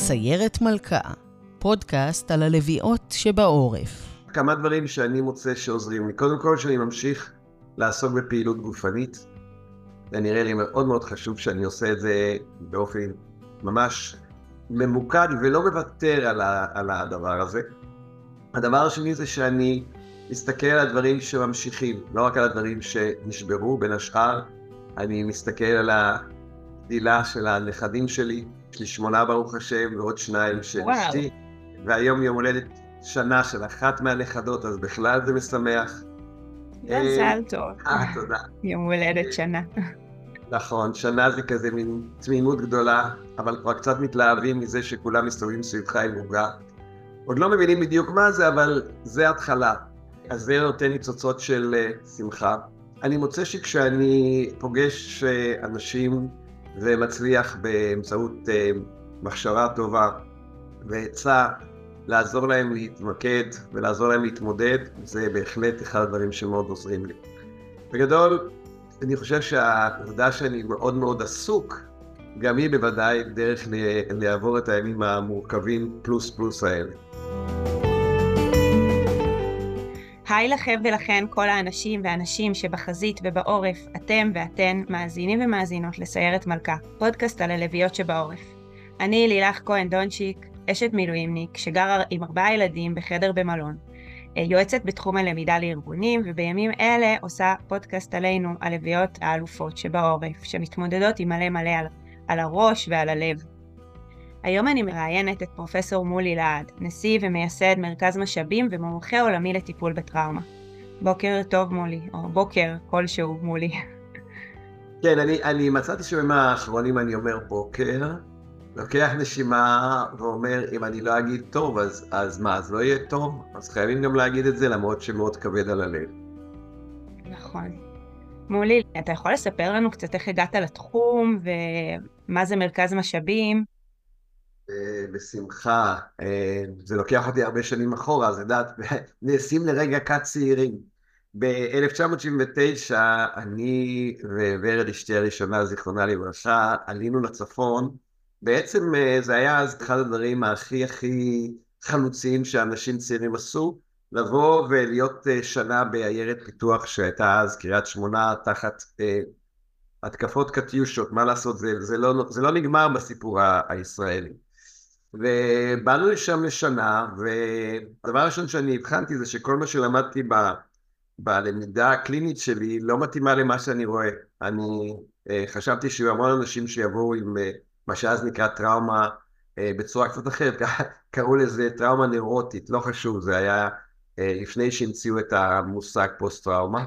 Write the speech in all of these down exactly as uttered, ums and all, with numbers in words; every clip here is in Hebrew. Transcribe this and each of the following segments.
סיירת מלכה, פודקאסט על הלוויות שבעורף. כמה דברים שאני מוצא שעוזרים לי. קודם כל שאני ממשיך לעסוק בפעילות גופנית. זה נראה לי מאוד מאוד חשוב שאני עושה את זה באופן ממש ממוקד ולא מוותר על, ה- על הדבר הזה. הדבר השני זה שאני מסתכל על הדברים שממשיכים, לא רק על הדברים שנשברו. בין השאר, אני מסתכל על הגדילה של הנכדים שלי. יש לי שמונה ברוך השם ועוד שניים של אשתי. והיום יום הולדת שנה של אחת מהנכדות, אז בכלל זה משמח. מזל טוב. אה, תודה. יום הולדת שנה. נכון, שנה זה כזה מין תמימות גדולה, אבל כבר קצת מתלהבים מזה שכולם מסתובבים סביבך עם עוגה. עוד לא מבינים בדיוק מה זה, אבל זה התחלה. אז זה נותן ניצוצות של uh, שמחה. אני מוצא שכשאני פוגש uh, אנשים ומצליח באמצעות uh, מחשבה טובה ועצה לעזור להם להתמקד ולעזור להם להתמודד, זה בהחלט אחד הדברים שמאוד עוזרים לי. בגדול, אני חושב שהעובדה שאני מאוד מאוד עסוק, גם היא בוודאי דרך לעבור את הימים המורכבים פלוס פלוס האלה. היי לכם ולכן כל האנשים והאנשים שבחזית ובעורף, אתם ואתן מאזינים ומאזינות לסיירת מלכה, פודקאסט על הלוויות שבעורף. אני לילך כהן דונצ'יק, אשת מילואימניק שגרה עם ארבעה ילדים בחדר במלון, יועצת בתחום הלמידה לארגונים, ובימים אלה עושה פודקאסט עלינו, הלוויות האלופות שבעורף, שמתמודדות עם מלא מלא על, על הראש ועל הלב. היום אני מראיינת את פרופסור מולי להד, נשיא ומייסד מרכז משאבים ומומחה עולמי לטיפול בטראומה. בוקר טוב מולי, או בוקר כלשהו מולי. כן, אני, אני מצאתי שבימים האחרונים אני אומר בוקר, לוקח נשימה ואומר, אם אני לא אגיד טוב, אז, אז מה, אז לא יהיה טוב? אז חייבים גם להגיד את זה, למרות שמאוד כבד על הלב. נכון. מולי, אתה יכול לספר לנו קצת איך הגעת לתחום, ומה זה מרכז משאבים? בשמחה. זה לוקח אותי הרבה שנים אחורה, אז יודעת, נעשים לרגע קט צעירים. ב-אלף תשע מאות שבעים ותשע, אני וורד אשתי הראשונה, זיכרונה לברכה, עלינו לצפון. בעצם זה היה אז אחד הדברים הכי הכי חלוציים שאנשים צעירים עשו, לבוא ולהיות שנה בעיירת פיתוח שהייתה אז קריית שמונה תחת אה, התקפות קטיושות. מה לעשות, זה, זה, לא, זה לא נגמר בסיפור הישראלי. ובאנו לשם לשנה, והדבר הראשון שאני הבחנתי זה שכל מה שלמדתי ב, בלמידה הקלינית שלי לא מתאימה למה שאני רואה. אני אה, חשבתי שיהיו המון אנשים שיבואו עם אה, מה שאז נקרא טראומה אה, בצורה קצת אחרת, קראו לזה טראומה נוירוטית, לא חשוב, זה היה אה, לפני שהמציאו את המושג פוסט-טראומה.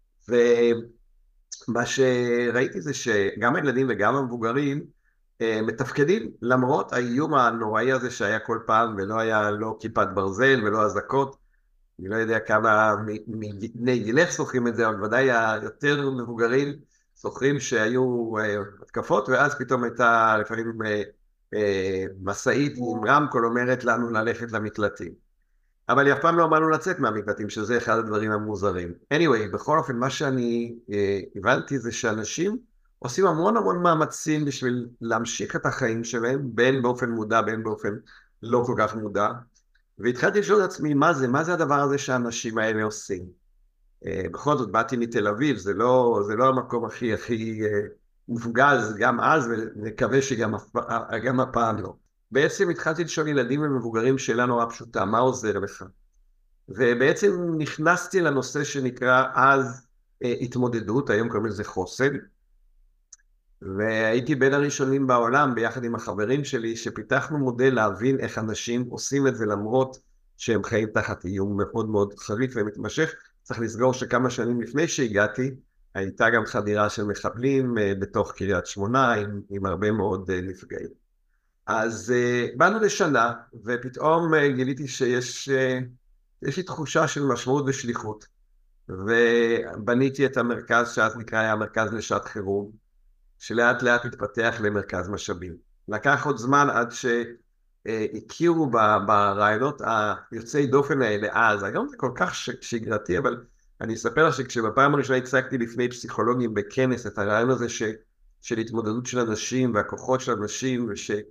ומה שראיתי זה שגם הילדים וגם המבוגרים אה, מתפקדים, למרות האיום הנוראי הזה שהיה כל פעם, ולא היה לא כיפת ברזל ולא אזעקות. אני לא יודע כמה מבני גילך זוכרים את זה, אבל ודאי היותר מבוגרים זוכרים שהיו התקפות, ואז פתאום הייתה לפעמים מסעית עם רמקול אומרת לנו ללכת למקלטים. אבל היא אף פעם לא אמרנו לצאת מהמקלטים, שזה אחד הדברים המוזרים. anyway, בכל אופן, מה שאני הבנתי זה שאנשים עושים המון המון מאמצים בשביל להמשיך את החיים שלהם, בין באופן מודע, בין באופן לא כל כך מודע. והתחלתי לשאול את עצמי, מה זה? מה זה הדבר הזה שהאנשים האלה עושים? בכל זאת, באתי מתל אביב, זה לא, זה לא המקום הכי, הכי מופגז, גם אז, ונקווה שגם גם הפעם לא. בעצם התחלתי לשאול ילדים ומבוגרים שאלה נורא פשוטה, מה עוזר לך? ובעצם נכנסתי לנושא שנקרא אז התמודדות, היום קוראים לזה חוסן, והייתי בין הראשונים בעולם, ביחד עם החברים שלי, שפיתחנו מודל להבין איך אנשים עושים את זה, למרות שהם חיים תחת איום מאוד מאוד חריף ומתמשך. צריך לסגור שכמה שנים לפני שהגעתי, הייתה גם חדירה של מחבלים בתוך קריית שמונה, עם, עם הרבה מאוד נפגעים. אז באנו לשנה, ופתאום גיליתי שיש יש לי תחושה של משמעות ושליחות, ובניתי את המרכז שאז נקרא היה המרכז לשעת חירום, שלאט לאט התפתח למרכז משאבים. לקח עוד זמן עד שהכירו ברעיונות היוצאי דופן האלה אז. היום זה כל כך שגרתי, אבל אני אספר שכשבפעם הראשונה הצגתי לפני פסיכולוגים בכנס את הרעיון הזה ש, של התמודדות של אנשים והכוחות של אנשים,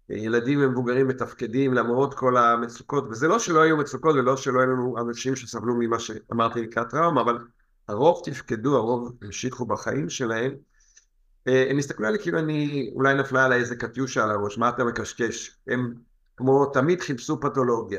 ילדים ומבוגרים מתפקדים למרות כל המצוקות, וזה לא שלא היו מצוקות ולא שלא היו לנו אנשים שסבלו ממה שאמרתי לקראת טראומה, אבל הרוב תפקדו, הרוב המשיכו בחיים שלהם. הם הסתכלו עלי כאילו אני אולי נפלה עליי איזה קטיושה על הראש, מה אתה מקשקש? הם כמו תמיד חיפשו פתולוגיה.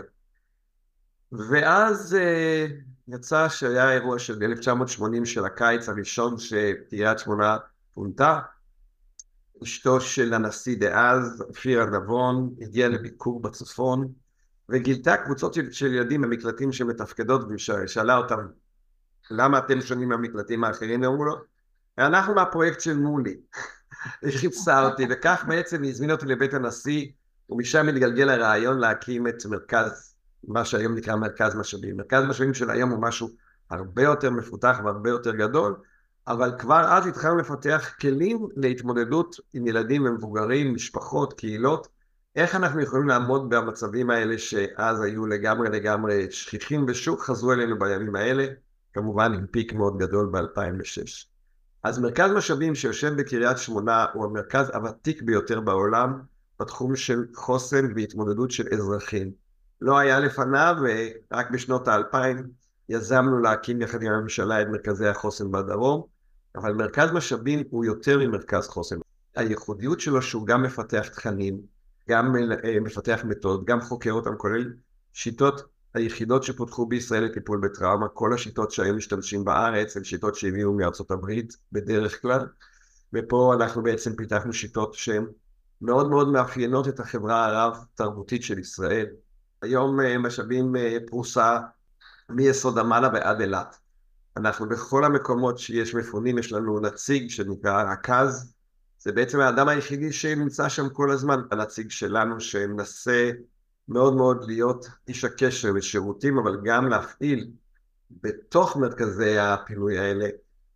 ואז יצא שהיה אירוע של אלף תשע מאות שמונים של הקיץ הראשון שקריית שמונה פונתה, אשתו של הנשיא דאז, אופירה נבון, הגיעה לביקור בצפון, וגילתה קבוצות של ילדים במקלטים שמתפקדות, ושאלה אותם, למה אתם שונים מהמקלטים האחרים? ואמרו לו, אנחנו מהפרויקט של מולי. היא חיפשה אותי, וכך בעצם היא הזמינה אותי לבית הנשיא, ומשם מתגלגל הרעיון להקים את מרכז, מה שהיום נקרא מרכז משאבים. מרכז משאבים של היום הוא משהו הרבה יותר מפותח והרבה יותר גדול, אבל כבר אז התחלנו לפתח כלים להתמודדות עם ילדים ומבוגרים, משפחות, קהילות, איך אנחנו יכולים לעמוד במצבים האלה שאז היו לגמרי לגמרי שכיחים ושוק חזרו אלינו בימים האלה, כמובן עם פיק מאוד גדול ב-אלפיים ושש. אז מרכז משאבים שיושב בקריית שמונה הוא המרכז הוותיק ביותר בעולם בתחום של חוסן והתמודדות של אזרחים. לא היה לפניו ורק בשנות האלפיים יזמנו להקים יחד עם הממשלה את מרכזי החוסן בדרום, אבל מרכז משאבים הוא יותר ממרכז חוסן. הייחודיות שלו שהוא גם מפתח תכנים, גם מפתח מתוד, גם חוקר אותם, כולל שיטות היחידות שפותחו בישראל לטיפול בטראומה, כל השיטות שהיום משתמשים בארץ, הן שיטות שהביאו מארצות הברית בדרך כלל, ופה אנחנו בעצם פיתחנו שיטות שהן מאוד מאוד מאפיינות את החברה הרב-תרבותית של ישראל. היום משאבים פרוסה מיסוד המעלה ועד אילת. אנחנו בכל המקומות שיש מפונים, יש לנו נציג שנקרא רכז, זה בעצם האדם היחידי שנמצא שם כל הזמן, הנציג שלנו שמנסה מאוד מאוד להיות איש הקשר ושירותים, אבל גם להפעיל בתוך מרכזי הפינוי האלה,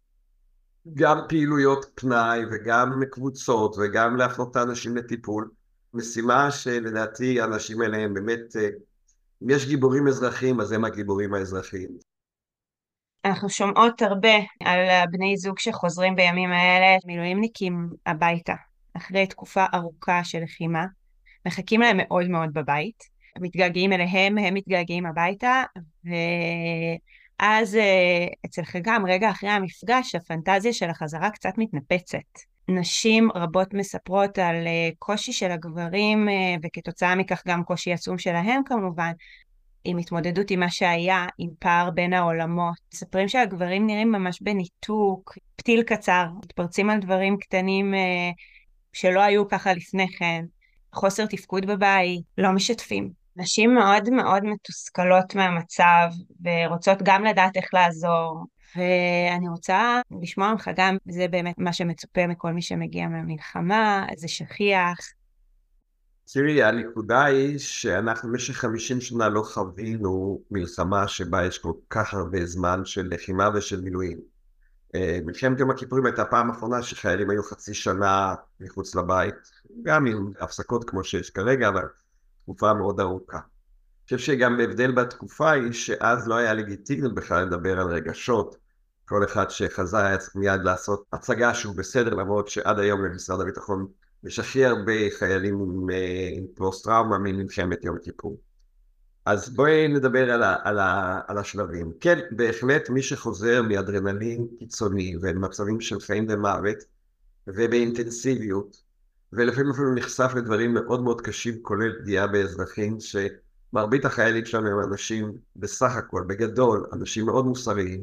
גם פעילויות פנאי וגם קבוצות וגם להפנות את האנשים לטיפול, משימה שלדעתי האנשים האלה הם באמת, אם יש גיבורים אזרחיים אז הם הגיבורים האזרחיים. אנחנו שומעות הרבה על בני זוג שחוזרים בימים האלה, מילואימניקים הביתה, אחרי תקופה ארוכה של לחימה, מחכים להם מאוד מאוד בבית, מתגעגעים אליהם, הם מתגעגעים הביתה, ואז אצלך גם רגע אחרי המפגש, הפנטזיה של החזרה קצת מתנפצת. נשים רבות מספרות על קושי של הגברים, וכתוצאה מכך גם קושי עצום שלהם כמובן, עם התמודדות עם מה שהיה, עם פער בין העולמות. מספרים שהגברים נראים ממש בניתוק, פתיל קצר, מתפרצים על דברים קטנים שלא היו ככה לפני כן, חוסר תפקוד בבית, לא משתפים. נשים מאוד מאוד מתוסכלות מהמצב, ורוצות גם לדעת איך לעזור, ואני רוצה לשמוע ממך גם, זה באמת מה שמצופה מכל מי שמגיע מהמלחמה, זה שכיח. תראי, הנקודה היא שאנחנו במשך חמישים שנה לא חווינו מלחמה שבה יש כל כך הרבה זמן של לחימה ושל מילואים. מלחמת יום הכיפורים הייתה הפעם האחרונה שחיילים היו חצי שנה מחוץ לבית, גם עם הפסקות כמו שיש כרגע, אבל תקופה מאוד ארוכה. אני חושב שגם הבדל בתקופה היא שאז לא היה לגיטימי בכלל לדבר על רגשות. כל אחד שחזר היה צריך מיד לעשות הצגה שהוא בסדר, למרות שעד היום במשרד הביטחון יש הכי הרבה חיילים עם, עם פוסט-טראומה ממלחמת יום הכיפור. אז בואי נדבר על, ה, על, ה, על השלבים. כן, בהחלט מי שחוזר מאדרנלין קיצוני ומצבים של חיים ומוות ובאינטנסיביות, ולפעמים אפילו נחשף לדברים מאוד מאוד קשים, כולל פגיעה באזרחים, שמרבית החיילים שלנו הם אנשים בסך הכל, בגדול, אנשים מאוד מוסריים,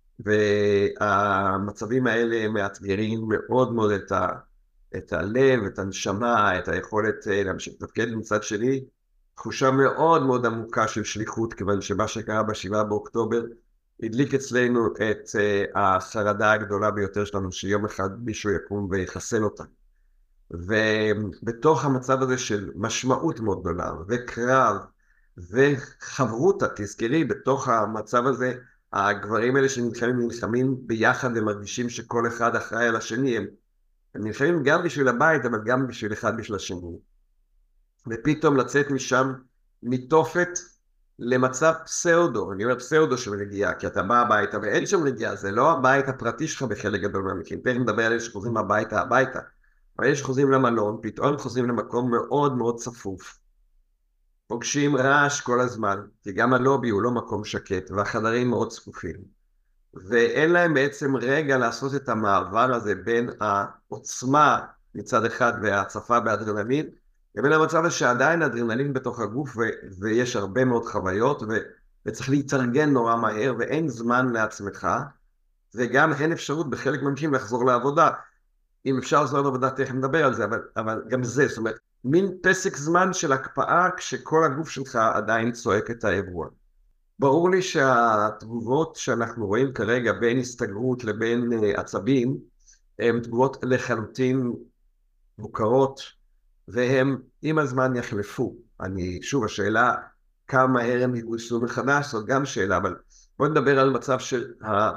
והמצבים האלה הם מאתגרים מאוד מאוד את, ה, את הלב, את הנשמה, את היכולת להמשיך לתפקד. מצד שני, תחושה מאוד מאוד עמוקה של שליחות, כיוון שמה שקרה בשבעה באוקטובר, הדליק אצלנו את החרדה הגדולה ביותר שלנו, שיום אחד מישהו יקום ויחסל אותה. ובתוך המצב הזה של משמעות מאוד גדולה, וקרב, וחברותה, תזכרי, בתוך המצב הזה, הגברים האלה שנלחמים נלחמים ביחד ומרגישים שכל אחד אחראי על השני, הם, הם נלחמים גם בשביל הבית, אבל גם בשביל אחד בשביל השני. ופתאום לצאת משם מתופת למצב פסאודו, אני אומר פסאודו של רגיעה, כי אתה בא הביתה ואין שם רגיעה, זה לא הבית הפרטי שלך בחלק גדול מהמקרים, תכף נדבר על אלה שחוזרים הביתה הביתה, אבל יש חוזרים למלון, פתאום חוזרים למקום מאוד מאוד צפוף. פוגשים רעש כל הזמן, כי גם הלובי הוא לא מקום שקט, והחדרים מאוד צפופים. ואין להם בעצם רגע לעשות את המעבר הזה בין העוצמה מצד אחד והצפה באדרנלין, לבין המצב שעדיין אדרנלין בתוך הגוף, ו- ויש הרבה מאוד חוויות, ו- וצריך להתארגן נורא מהר, ואין זמן לעצמך, וגם אין אפשרות בחלק מהמקרים לחזור לעבודה. אם אפשר לחזור לעבודה, תכף נדבר על זה, אבל, אבל גם זה, זאת אומרת, מין פסק זמן של הקפאה, כשכל הגוף שלך עדיין צועק את האירוע. ברור לי שהתגובות שאנחנו רואים כרגע בין הסתגרות לבין עצבים, הן תגובות לחלוטין מוכרות, והן עם הזמן יחלפו. אני, שוב, השאלה כמה מהר הם יגויסו מחדש, זאת גם שאלה, אבל בואו נדבר על מצב של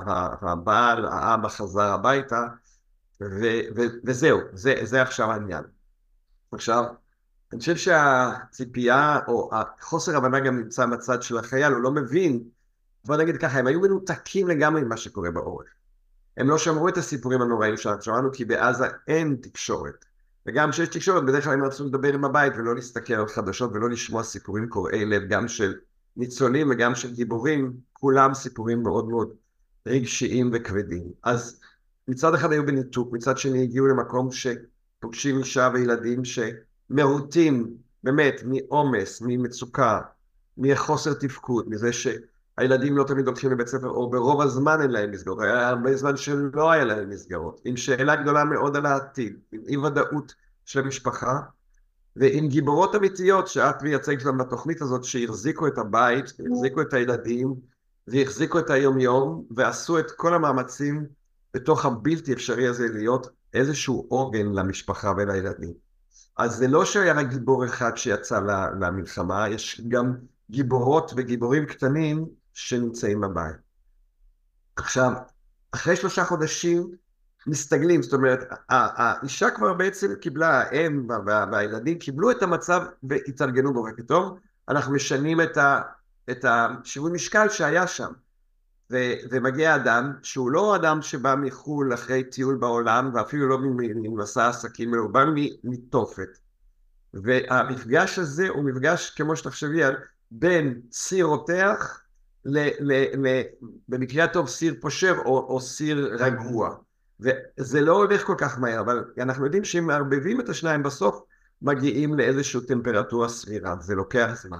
הבעל, האבא חזר הביתה, ו- ו- וזהו, זה, זה עכשיו העניין. עכשיו, אני חושב שהציפייה, או החוסר הבנה גם נמצא מצד של החייל, הוא לא מבין, בוא נגיד ככה, הם היו מנותקים לגמרי ממה שקורה בעורף. הם לא שמרו את הסיפורים הנוראים שאנחנו שמענו, כי בעזה אין תקשורת. וגם כשיש תקשורת, בדרך כלל הם רצו לדבר עם הבית, ולא להסתכל על חדשות, ולא לשמוע סיפורים קורעי לב, גם של ניצולים וגם של גיבורים, כולם סיפורים מאוד מאוד רגשיים וכבדים. אז מצד אחד היו בניתוק, מצד שני הגיעו למקום שפוגשים אישה וילדים ש... מהותים, באמת, מעומס, ממצוקה, מחוסר תפקוד, מזה שהילדים לא תמיד הולכים לבית ספר, או ברוב הזמן אין להם מסגרות, היה הרבה זמן שלא היה להם מסגרות, עם שאלה גדולה מאוד על העתיד, עם אי ודאות של המשפחה, ועם גיבורות אמיתיות שאת מייצגת להם בתוכנית הזאת, שהחזיקו את הבית, החזיקו את הילדים, והחזיקו את היום-יום, ועשו את כל המאמצים בתוך הבלתי אפשרי הזה להיות איזשהו עוגן למשפחה ולילדים. אז זה לא שהיה רק גיבור אחד שיצא למלחמה, יש גם גיבורות וגיבורים קטנים שנמצאים בבית. עכשיו, אחרי שלושה חודשים מסתגלים, זאת אומרת, האישה כבר בעצם קיבלה, האם והילדים קיבלו את המצב והתארגנו בו, ופתאום אנחנו משנים את, ה, את השיווי משקל שהיה שם. ו, ומגיע אדם שהוא לא אדם שבא מחול אחרי טיול בעולם, ואפילו לא ממסע עסקים, הוא בא מתופת. והמפגש הזה הוא מפגש, כמו שתחשבי, בין סיר רותח, ל, ל, ל, במקרה הטוב סיר פושר או, או סיר רגוע. וזה לא הולך כל כך מהר, אבל אנחנו יודעים שאם מערבבים את השניים בסוף, מגיעים לאיזושהי טמפרטורה סבירה, זה לוקח זמן.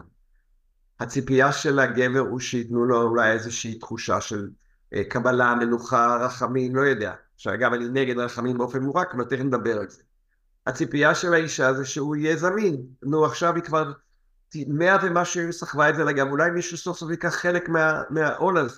הציפייה של הגבר הוא שיתנו לו אולי איזושהי תחושה של אה, קבלה, מנוחה, רחמים, לא יודע. שאגב, אני נגד רחמים באופן מורק, אבל תכף נדבר על זה. הציפייה של האישה זה שהוא יהיה זמין. נו, עכשיו היא כבר מאה ומשהו סחבה את זה לגב, אולי מישהו סוף סוף ייקח חלק מה, מהעול הזה.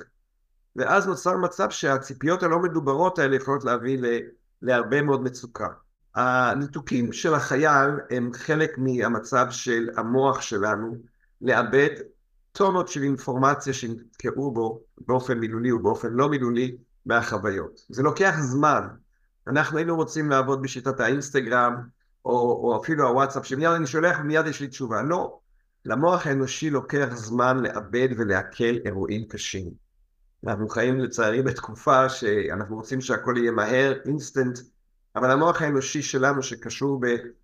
ואז נוצר מצב שהציפיות הלא מדוברות האלה יכולות להביא ל, להרבה מאוד מצוקה. הניתוקים של החייל הם חלק מהמצב של המוח שלנו, לאבד טונות של אינפורמציה שנתקעו בו באופן מילולי ובאופן לא מילולי מהחוויות. זה לוקח זמן. אנחנו היינו רוצים לעבוד בשיטת האינסטגרם, או, או אפילו הוואטסאפ, שמיד אני שולח ומיד יש לי תשובה. לא, למוח האנושי לוקח זמן לאבד ולהקל אירועים קשים. אנחנו חיים לצערי בתקופה שאנחנו רוצים שהכל יהיה מהר, אינסטנט, אבל המוח האנושי שלנו שקשור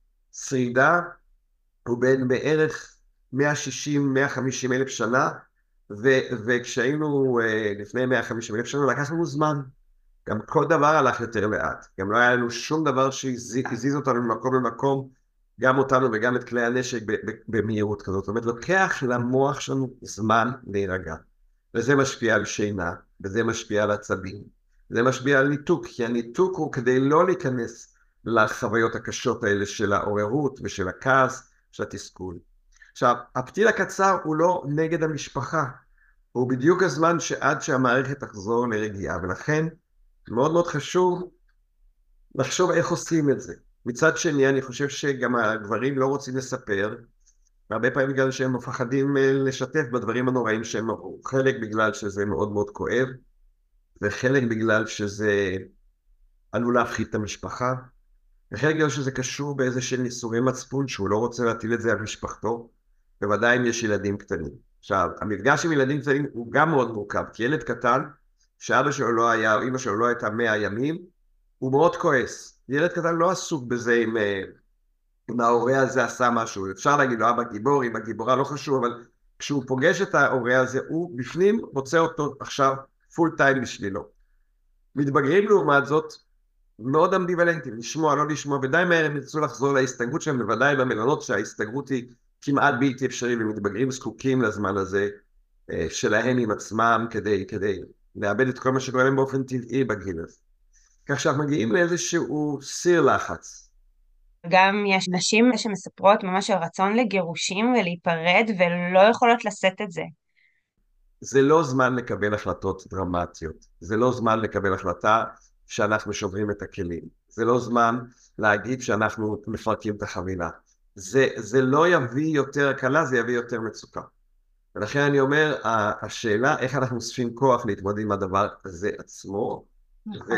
בשרידה, הוא בין בערך מאה שישים עד מאה וחמישים אלף שנה, ו- וכשהיינו uh, לפני מאה וחמישים אלף שנה, לקח לנו זמן. גם כל דבר הלך יותר לאט. גם לא היה לנו שום דבר שהזיז אותנו ממקום למקום, גם אותנו וגם את כלי הנשק במהירות כזאת. זאת אומרת, לוקח למוח שלנו זמן להירגע. וזה משפיע על שינה, וזה משפיע על עצבים. זה משפיע על ניתוק, כי הניתוק הוא כדי לא להיכנס לחוויות הקשות האלה של העוררות ושל הכעס, של התסכול. עכשיו, הפתיל הקצר הוא לא נגד המשפחה, הוא בדיוק הזמן שעד שהמערכת תחזור לרגיעה, ולכן מאוד מאוד חשוב לחשוב איך עושים את זה. מצד שני, אני חושב שגם הגברים לא רוצים לספר, והרבה פעמים בגלל שהם מפחדים לשתף בדברים הנוראים שהם עברו. חלק בגלל שזה מאוד מאוד כואב, וחלק בגלל שזה עלול להפחיד את המשפחה, וחלק בגלל שזה קשור באיזה של ניסורי מצפון, שהוא לא רוצה להטיל את זה על משפחתו, בוודאי אם יש ילדים קטנים. עכשיו, המפגש עם ילדים קטנים הוא גם מאוד מורכב, כי ילד קטן, שאבא שלו לא היה, או אמא שלו לא הייתה מאה ימים, הוא מאוד כועס. ילד קטן לא עסוק בזה עם, אם ההורה הזה עשה משהו. אפשר להגיד לו, אבא גיבור, אמא גיבורה, לא חשוב, אבל כשהוא פוגש את ההורה הזה, הוא בפנים רוצה אותו עכשיו פול טיים בשבילו. מתבגרים לעומת זאת, מאוד אמביוולנטיים, לשמוע, לא לשמוע, ודי מהר הם ירצו לחזור להסתגרות שלהם, בוודאי במלונות שההסתגרות היא כמעט בלתי אפשרי, ומתבגרים זקוקים לזמן הזה שלהם עם עצמם, כדי, כדי לאבד את כל מה שקורה להם באופן טבעי בגיל הזה. כך שאנחנו מגיעים לאיזשהו סיר לחץ. גם יש נשים שמספרות ממש על רצון לגירושים ולהיפרד, ולא יכולות לשאת את זה. זה לא זמן לקבל החלטות דרמטיות, זה לא זמן לקבל החלטה שאנחנו שוברים את הכלים, זה לא זמן להגיד שאנחנו מפרקים את החבילה, זה, זה לא יביא יותר הקלה, זה יביא יותר מצוקה. ולכן אני אומר, השאלה איך אנחנו אוספים כוח להתמודד עם הדבר הזה עצמו. ו...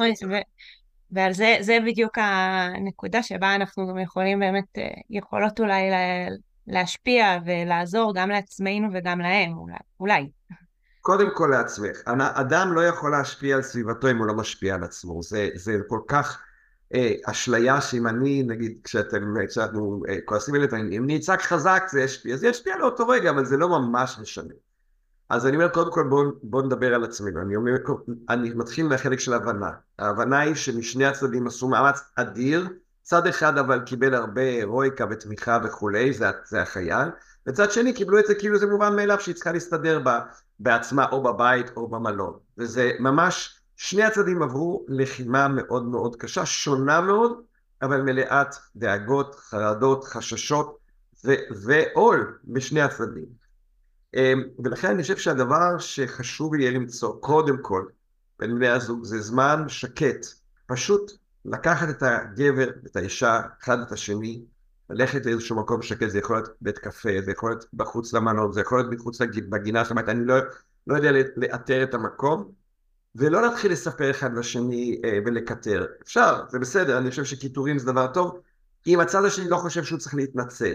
ועל זה, זה בדיוק הנקודה שבה אנחנו גם יכולים באמת, יכולות אולי להשפיע ולעזור גם לעצמנו וגם להם, אולי. אולי. קודם כל לעצמך. אדם לא יכול להשפיע על סביבתו אם הוא לא משפיע על עצמו. זה, זה כל כך אה, אשליה שאם אני, נגיד, כשאתם, כשאנחנו אה, כועסים אלה, אם אני אצעק חזק זה ישפיע, זה ישפיע לאותו רגע, אבל זה לא ממש משנה. אז אני אומר, קודם כל בואו בוא נדבר על עצמנו. אני אומר, אני מתחיל מהחלק של ההבנה. ההבנה היא שמשני הצדדים עשו מאמץ אדיר, צד אחד אבל קיבל הרבה הירואיקה ותמיכה וכולי, זה, זה החייל, וצד שני קיבלו את זה כאילו זה מובן מאליו שהיא צריכה להסתדר בה, בעצמה או בבית או במלון. וזה ממש, שני הצדדים עברו לחימה מאוד מאוד קשה, שונה מאוד, אבל מלאת דאגות, חרדות, חששות ועול בשני הצדדים. ולכן אני חושב שהדבר שחשוב יהיה למצוא קודם כל בין בני הזוג זה זמן שקט, פשוט לקחת את הגבר, את האישה, אחד את השני, ללכת לאיזשהו מקום שקט, זה יכול להיות בית קפה, זה יכול להיות בחוץ למלון, זה יכול להיות מחוץ בגינה, זאת אומרת, אני לא, לא יודע לאתר את המקום, ולא להתחיל לספר אחד לשני אה, ולקטר. אפשר, זה בסדר, אני חושב שקיטורים זה דבר טוב, אם הצד השני לא חושב שהוא צריך להתנצל.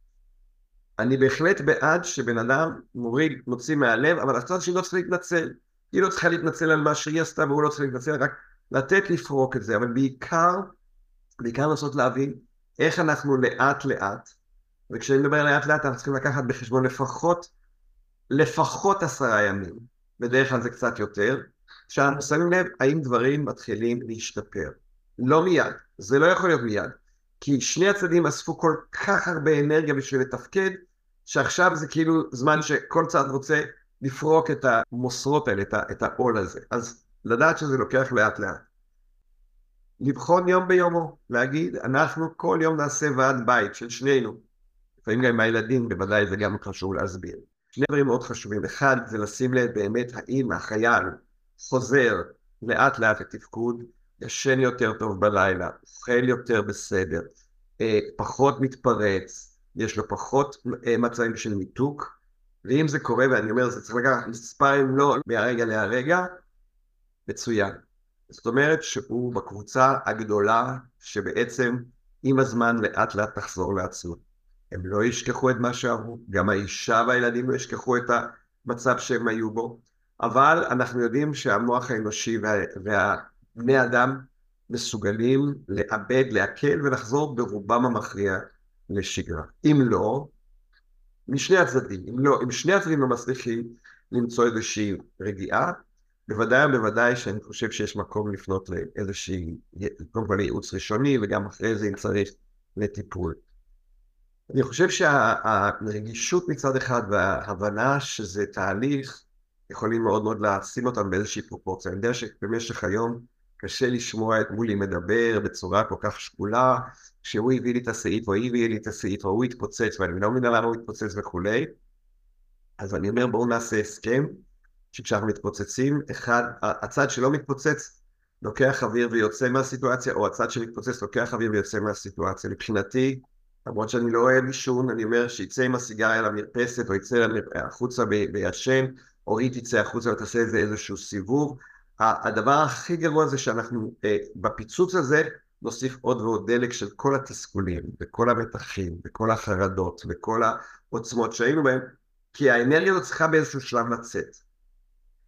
אני בהחלט בעד שבן אדם מוריד, מוציא מהלב, אבל הצד השני לא צריך להתנצל. היא לא צריכה להתנצל על מה שהיא עשתה, והוא לא צריך להתנצל, רק לתת לפרוק את זה, אבל בעיקר, בעיקר לנסות להבין איך אנחנו לאט לאט, וכשאני מדבר לאט לאט, אנחנו צריכים לקחת בחשבון לפחות, לפחות עשרה ימים, בדרך כלל זה קצת יותר, שאנחנו שמים לב האם דברים מתחילים להשתפר. לא מיד, זה לא יכול להיות מיד, כי שני הצדדים אספו כל כך הרבה אנרגיה בשביל לתפקד, שעכשיו זה כאילו זמן שכל צד רוצה לפרוק את המוסרות האלה, את העול הזה. אז לדעת שזה לוקח לאט לאט. לבחון יום ביומו, להגיד, אנחנו כל יום נעשה ועד בית של שנינו. לפעמים גם עם הילדים, בוודאי זה גם חשוב להסביר. שני דברים מאוד חשובים. אחד, זה לשים לב באמת האם החייל חוזר לאט לאט לתפקוד, ישן יותר טוב בלילה, אוכל יותר בסדר, פחות מתפרץ, יש לו פחות מצבים של מיתוק, ואם זה קורה, ואני אומר, זה צריך לקחת מספרים לא מהרגע להרגע, מצוין. זאת אומרת שהוא בקבוצה הגדולה שבעצם עם הזמן לאט לאט תחזור לעצמו. הם לא ישכחו את מה שעברו, גם האישה והילדים לא ישכחו את המצב שהם היו בו, אבל אנחנו יודעים שהמוח האנושי וה, והבני אדם מסוגלים לאבד, להקל ולחזור ברובם המכריע לשגרה. אם לא, משני הצדדים, אם לא, אם שני הצדדים לא מצליחים למצוא איזושהי רגיעה, בוודאי ובוודאי שאני חושב שיש מקום לפנות לאיזושהי, קודם כל ייעוץ ראשוני, וגם אחרי זה אם צריך לטיפול. אני חושב שהרגישות מצד אחד וההבנה שזה תהליך, יכולים מאוד מאוד לשים אותם באיזושהי פרופורציה. אני יודע שבמשך היום קשה לשמוע את מולי מדבר בצורה כל כך שקולה, שהוא הביא לי את הסעיף, או היא הביא לי את הסעיף, או הוא התפוצץ, ואני לא מבינה למה הוא התפוצץ וכולי. אז אני אומר, בואו נעשה הסכם, שכשאנחנו מתפוצצים, אחד, הצד שלא מתפוצץ, לוקח אוויר ויוצא מהסיטואציה, או הצד שמתפוצץ לוקח אוויר ויוצא מהסיטואציה. מבחינתי, למרות שאני לא אוהב עישון, אני אומר שיצא עם הסיגריה למרפסת, או יצא החוצה בישן, או היא תצא החוצה ותעשה איזה איזשהו סיבוב. הדבר הכי גרוע זה שאנחנו בפיצוץ הזה נוסיף עוד ועוד דלק של כל התסכולים, וכל המתחים, וכל החרדות, וכל העוצמות שהיינו בהם, כי האנרגיה הזאת צריכה באיזשהו שלב לצאת.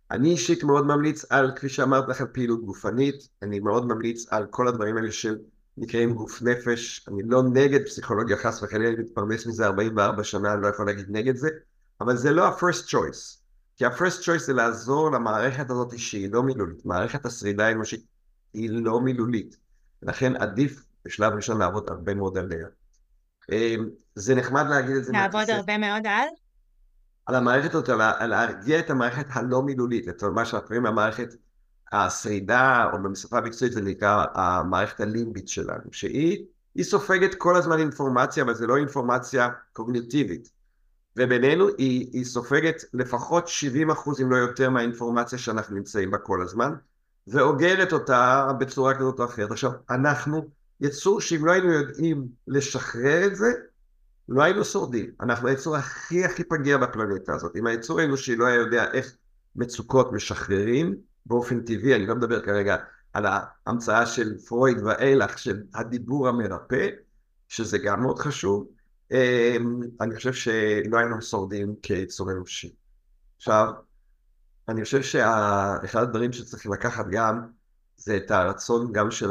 אני אישית מאוד ממליץ על, כפי שאמרת לכם, פעילות גופנית, אני מאוד ממליץ על כל הדברים האלה של נקראים גוף נפש, אני לא נגד פסיכולוגיה חס וחלילה, אני מתפרנס מזה ארבעים וארבע שנה, אני לא יכול להגיד נגד זה, אבל זה לא ה-first choice, כי ה-first choice זה לעזור למערכת הזאת שהיא לא מילולית, מערכת השרידה האנושית היא לא מילולית, ולכן עדיף בשלב ראשון לעבוד הרבה מאוד עליה. זה נחמד להגיד את זה. לעבוד הרבה מאוד על? על המערכת הזאת, על להרגיע את המערכת הלא מילולית, את מה שאנחנו קוראים המערכת השרידה, או בשפה המקצועית זה נקרא המערכת הלימבית שלנו, שהיא סופגת כל הזמן אינפורמציה, אבל זה לא אינפורמציה קוגניטיבית. ובינינו היא, היא סופגת לפחות שבעים אחוז אם לא יותר מהאינפורמציה שאנחנו נמצאים בה כל הזמן, ואוגרת אותה בצורה כזאת או אחרת. עכשיו, אנחנו יצור שאם לא היינו יודעים לשחרר את זה, לא היינו שורדים. אנחנו היצור הכי הכי פגיע בפלנטה הזאת. אם היצור האנושי לא היה יודע איך מצוקות משחררים, באופן טבעי, אני לא מדבר כרגע על ההמצאה של פרויד ואילך, של הדיבור המרפא, שזה גם מאוד חשוב, אני חושב שלא היינו שורדים כיצור אנושי. עכשיו, אני חושב שאחד הדברים שצריכים לקחת גם, זה את הרצון גם של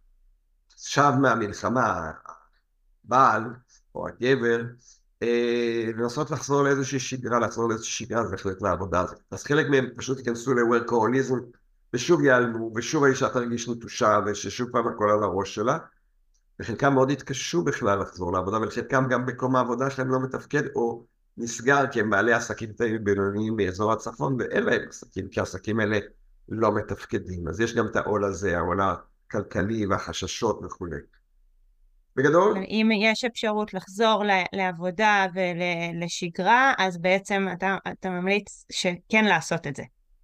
השב מהמלחמה, הבעל או הגבר, לנסות לחזור לאיזושהי שגרה, לחזור לאיזושהי שגרה, זה בהחלט לעבודה הזאת. אז חלק מהם פשוט ייכנסו ל-workaholism, ושוב ייעלמו, ושוב האישה תרגיש נטושה, וששוב פעם הכל על הראש שלה, וחלקם מאוד התקשו בכלל לחזור לעבודה, ולחלקם גם מקום העבודה שלהם לא מתפקד, או נסגר, כי הם בעלי עסקים בינוניים באזור הצפון, ואין להם עסקים, כי העסקים האלה לא מתפקדים. אז יש גם את העול הזה, העול הכלכלי והחששות וכו'. בגדול? אם יש אפשרות לחזור לעבודה ולשגרה, אז בעצם אתה, אתה ממליץ שכן לעשות את זה.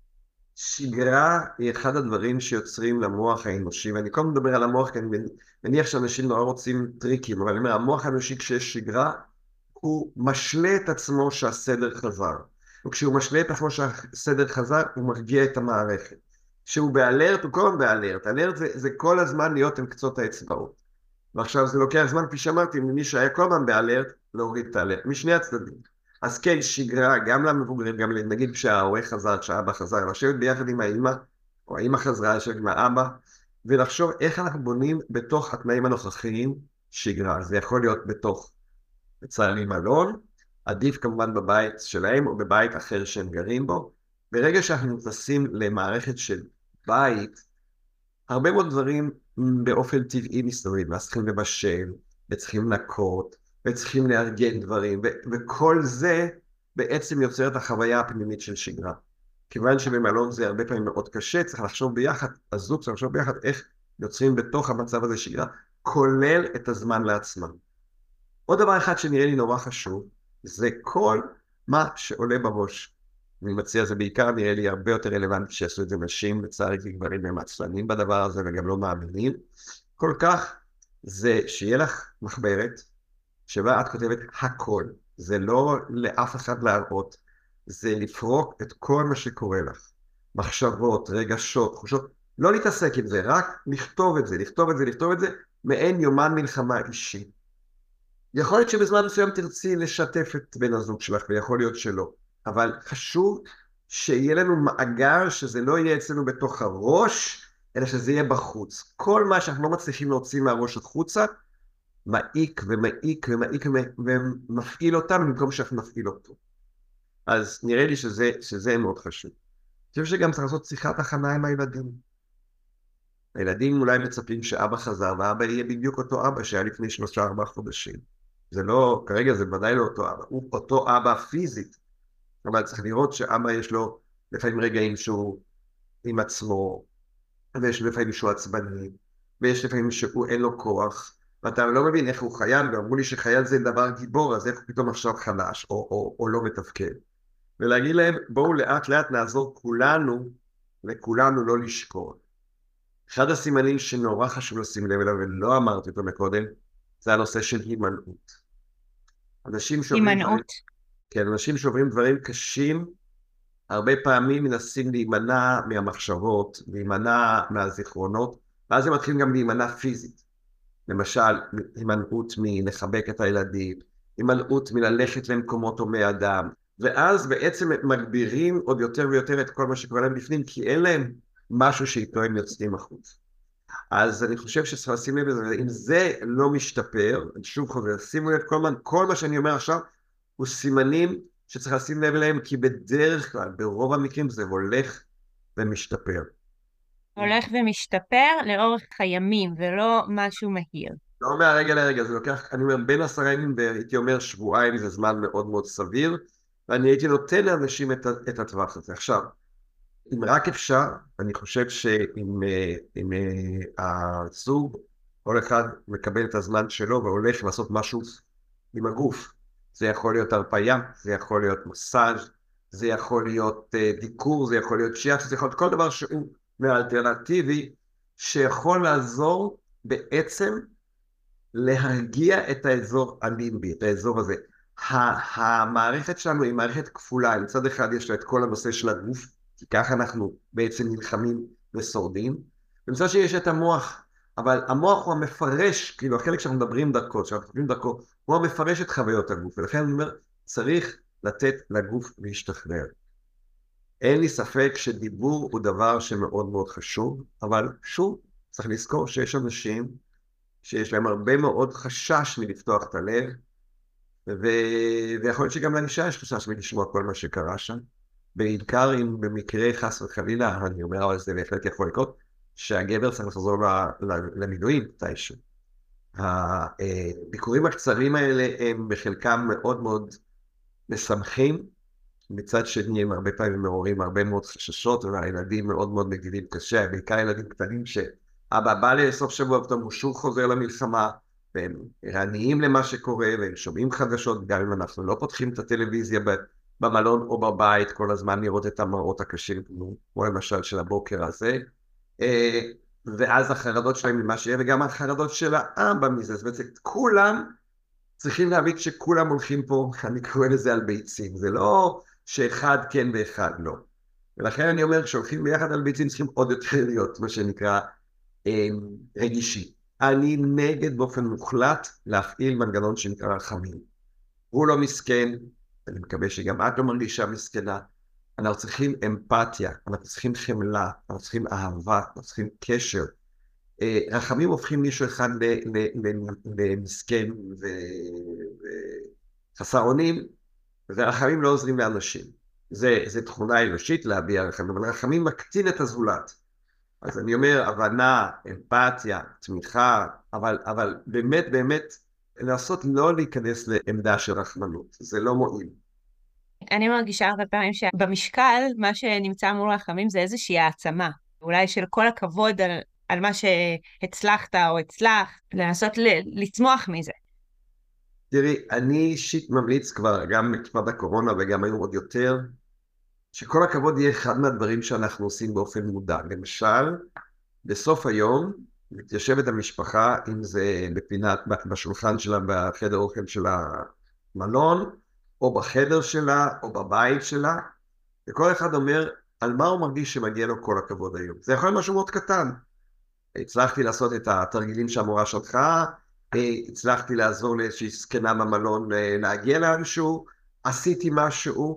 שגרה היא אחד הדברים שיוצרים למוח האנושי, ואני כל מדבר על המוח, כי אני מניח שאנשים נורא רוצים טריקים, אבל אני אומר, המוח האנושי כשיש שגרה, הוא משלה את עצמו שהסדר חזר. וכשהוא משלה את עצמו שהסדר חזר, הוא מרגיע את המערכת. כשהוא באלרט, הוא כל הזמן באלרט. אלרט זה, זה כל הזמן להיות עם קצות האצבעות. ועכשיו זה לוקח זמן, כפי שאמרתי, ממי שהיה כל הזמן באלרט, להוריד את האלרט, משני הצדדים. אז כן, שגרה, גם למבוגרים, גם נגיד כשההורה חזר, כשהאבא חזר, לשבת ביחד עם האמא, או האמא חזרה, לשבת עם האבא, ולחשוב איך אנחנו בונים בתוך התנאים הנוכחיים שגרה. זה יכול להיות בתוך צהרונים מלון, עדיף כמובן בבית שלהם, או בבית אחר שהם גרים בו. ברגע שאנחנו נכנסים למערכת של בית, הרבה מאוד דברים באופן טבעי מסתובבים, אז צריכים לבשל, וצריכים לנקות, וצריכים לארגן דברים, ו- וכל זה בעצם יוצר את החוויה הפנימית של שגרה. כיוון שבמלון זה הרבה פעמים מאוד קשה, צריך לחשוב ביחד, הזוג צריך לחשוב ביחד איך יוצרים בתוך המצב הזה שגרה, כולל את הזמן לעצמם. עוד דבר אחד שנראה לי נורא חשוב, זה כל מה שעולה בראש. אני מציע, זה בעיקר נראה לי הרבה יותר רלוונטי שיעשו את זה נשים, לצערי כי גברים הם עצלנים בדבר הזה וגם לא מאמינים. כל כך זה שיהיה לך מחברת, שבה את כותבת הכל, זה לא לאף אחד להראות, זה לפרוק את כל מה שקורה לך, מחשבות, רגשות, חושות, לא להתעסק עם זה, רק לכתוב את זה, לכתוב את זה, לכתוב את זה, מעין יומן מלחמה אישי. יכול להיות שבזמן מסוים תרצי לשתף את בן הזוג שלך, ויכול להיות שלא, אבל חשוב שיהיה לנו מאגר שזה לא יהיה אצלנו בתוך הראש, אלא שזה יהיה בחוץ. כל מה שאנחנו לא מצליחים להוציא מהראש החוצה, מעיק ומעיק ומעיק ומפעיל אותנו במקום שאנחנו נפעיל אותו. אז נראה לי שזה, שזה מאוד חשוב. אני חושב שגם צריך לעשות שיחת הכנה עם הילדים. הילדים אולי מצפים שאבא חזר, ואבא יהיה בדיוק אותו אבא שהיה לפני שלושה ארבעה חודשים. זה לא, כרגע זה ודאי לא אותו אבא, הוא אותו אבא פיזית. אבל צריך לראות שאבא יש לו לפעמים רגעים שהוא עם עצמו, ויש לפעמים שהוא עצבני, ויש לפעמים שהוא אין לו כוח, ואתה לא מבין איך הוא חייל, ואמרו לי שחייל זה דבר גיבור, אז איך הוא פתאום עכשיו חלש, או, או, או לא מתפקד. ולהגיד להם, בואו לאט לאט נעזור כולנו, וכולנו לא לשקור. אחד הסימנים שנורא חשוב לשים לב אליו, ולא אמרתי אותו מקודם, זה הנושא של הימנעות. אנשים שעוברים הימנעות? דברים, כן, אנשים שעוברים דברים קשים, הרבה פעמים מנסים להימנע מהמחשבות, להימנע מהזיכרונות, ואז הם מתחילים גם להימנע פיזית. למשל, הימנעות מלחבק את הילדים, הימנעות מללכת למקומות הומי אדם, ואז בעצם מגבירים עוד יותר ויותר את כל מה שקורה להם בפנים, כי אין להם משהו שאיתו הם יוצאים החוץ. אז אני חושב שצריך לשים לב לזה, אם זה לא משתפר, אני שוב חוזר, שימו לב, כל, כל מה שאני אומר עכשיו, הוא סימנים שצריך לשים לב אליהם, כי בדרך כלל, ברוב המקרים זה הולך ומשתפר. הולך ומשתפר לאורך הימים, ולא משהו מהיר. לא מהרגע לרגע, זה לוקח, אני אומר, בין עשרה ימים, והייתי אומר שבועיים, זה זמן מאוד מאוד סביר, ואני הייתי נותן לאנשים את, את הטווח הזה. עכשיו, אם רק אפשר, אני חושב שאם אם, הזוג, כל אחד מקבל את הזמן שלו, והולך לעשות משהו עם הגוף. זה יכול להיות הרפאיה, זה יכול להיות מסאז', זה יכול להיות uh, דיקור, זה יכול להיות שיח, זה יכול להיות כל דבר שהוא מאלטרנטיבי, שיכול לעזור בעצם להרגיע את האזור הלימבי, את האזור הזה. המערכת שלנו היא מערכת כפולה, מצד אחד יש לה את כל הנושא של הגוף, כי ככה אנחנו בעצם נלחמים ושורדים, ומצד שיש את המוח, אבל המוח הוא המפרש, כאילו החלק שאנחנו מדברים דרכו, שאנחנו מדברים דרכו, הוא המפרש את חוויות הגוף, ולכן אני אומר, צריך לתת לגוף להשתחרר. אין לי ספק שדיבור הוא דבר שמאוד מאוד חשוב, אבל שוב, צריך לזכור שיש אנשים שיש להם הרבה מאוד חשש מלפתוח את הלב, ו... ויכול להיות שגם לאישה יש חשש מלשמוע כל מה שקרה שם, בעיקר אם במקרה חס וחלילה, אני אומר על זה בהחלט יכול לקרות, שהגבר צריך לחזור למילואים מתישהו. הביקורים הקצרים האלה הם בחלקם מאוד מאוד משמחים, מצד שני הם הרבה פעמים מעוררים הרבה מאוד חששות, והילדים מאוד מאוד מגיבים קשה, בעיקר ילדים קטנים שאבא בא לסוף שבוע פתאום הוא שוב חוזר למלחמה, והם ערניים למה שקורה, והם שומעים חדשות, גם אם אנחנו לא פותחים את הטלוויזיה במלון או בבית כל הזמן לראות את המראות הקשים, כמו למשל של הבוקר הזה, ואז החרדות שלהם ממה שיהיה, וגם החרדות של האבא מזה, זאת אומרת, כולם צריכים להבין שכולם הולכים פה, אני קורא לזה על ביצים, זה לא שאחד כן ואחד לא. ולכן אני אומר, כשהולכים ביחד על ביצים, צריכים עוד יותר להיות, מה שנקרא, רגישי. אני נגד באופן מוחלט להפעיל מנגנון שנקרא רחמים. הוא לא מסכן, אני מקווה שגם את לא מרגישה מסכנה, אנחנו צריכים אמפתיה, אנחנו צריכים חמלה, אנחנו צריכים אהבה, אנחנו צריכים קשר. רחמים הופכים מישהו אחד למסכן וחסר אונים, ורחמים לא עוזרים לאנשים. זה תכונה אנושית להביע רחמים, אבל רחמים מקטין את הזולת. אז אני אומר, הבנה, אמפתיה, תמיכה, אבל, אבל באמת, באמת, לעשות לא להיכנס לעמדה של רחמנות, זה לא מועיל. אני מרגישה הרבה פעמים שבמשקל, מה שנמצא מול רחמים זה איזושהי העצמה, אולי של כל הכבוד על, על מה שהצלחת או הצלח, לנסות לצמוח מזה. תראי, אני אישית ממליץ כבר, גם בתקופת הקורונה וגם היום עוד יותר, שכל הכבוד יהיה אחד מהדברים שאנחנו עושים באופן מודע. למשל, בסוף היום, מתיישבת המשפחה, אם זה בפינת, בשולחן שלה, בחדר אוכל של המלון, או בחדר שלה, או בבית שלה, וכל אחד אומר על מה הוא מרגיש שמגיע לו כל הכבוד היום. זה יכול להיות משהו מאוד קטן. הצלחתי לעשות את התרגילים שהמורה שלך, הצלחתי לעזור לאיזושהי זקנה במלון להגיע לאנשהו, עשיתי משהו,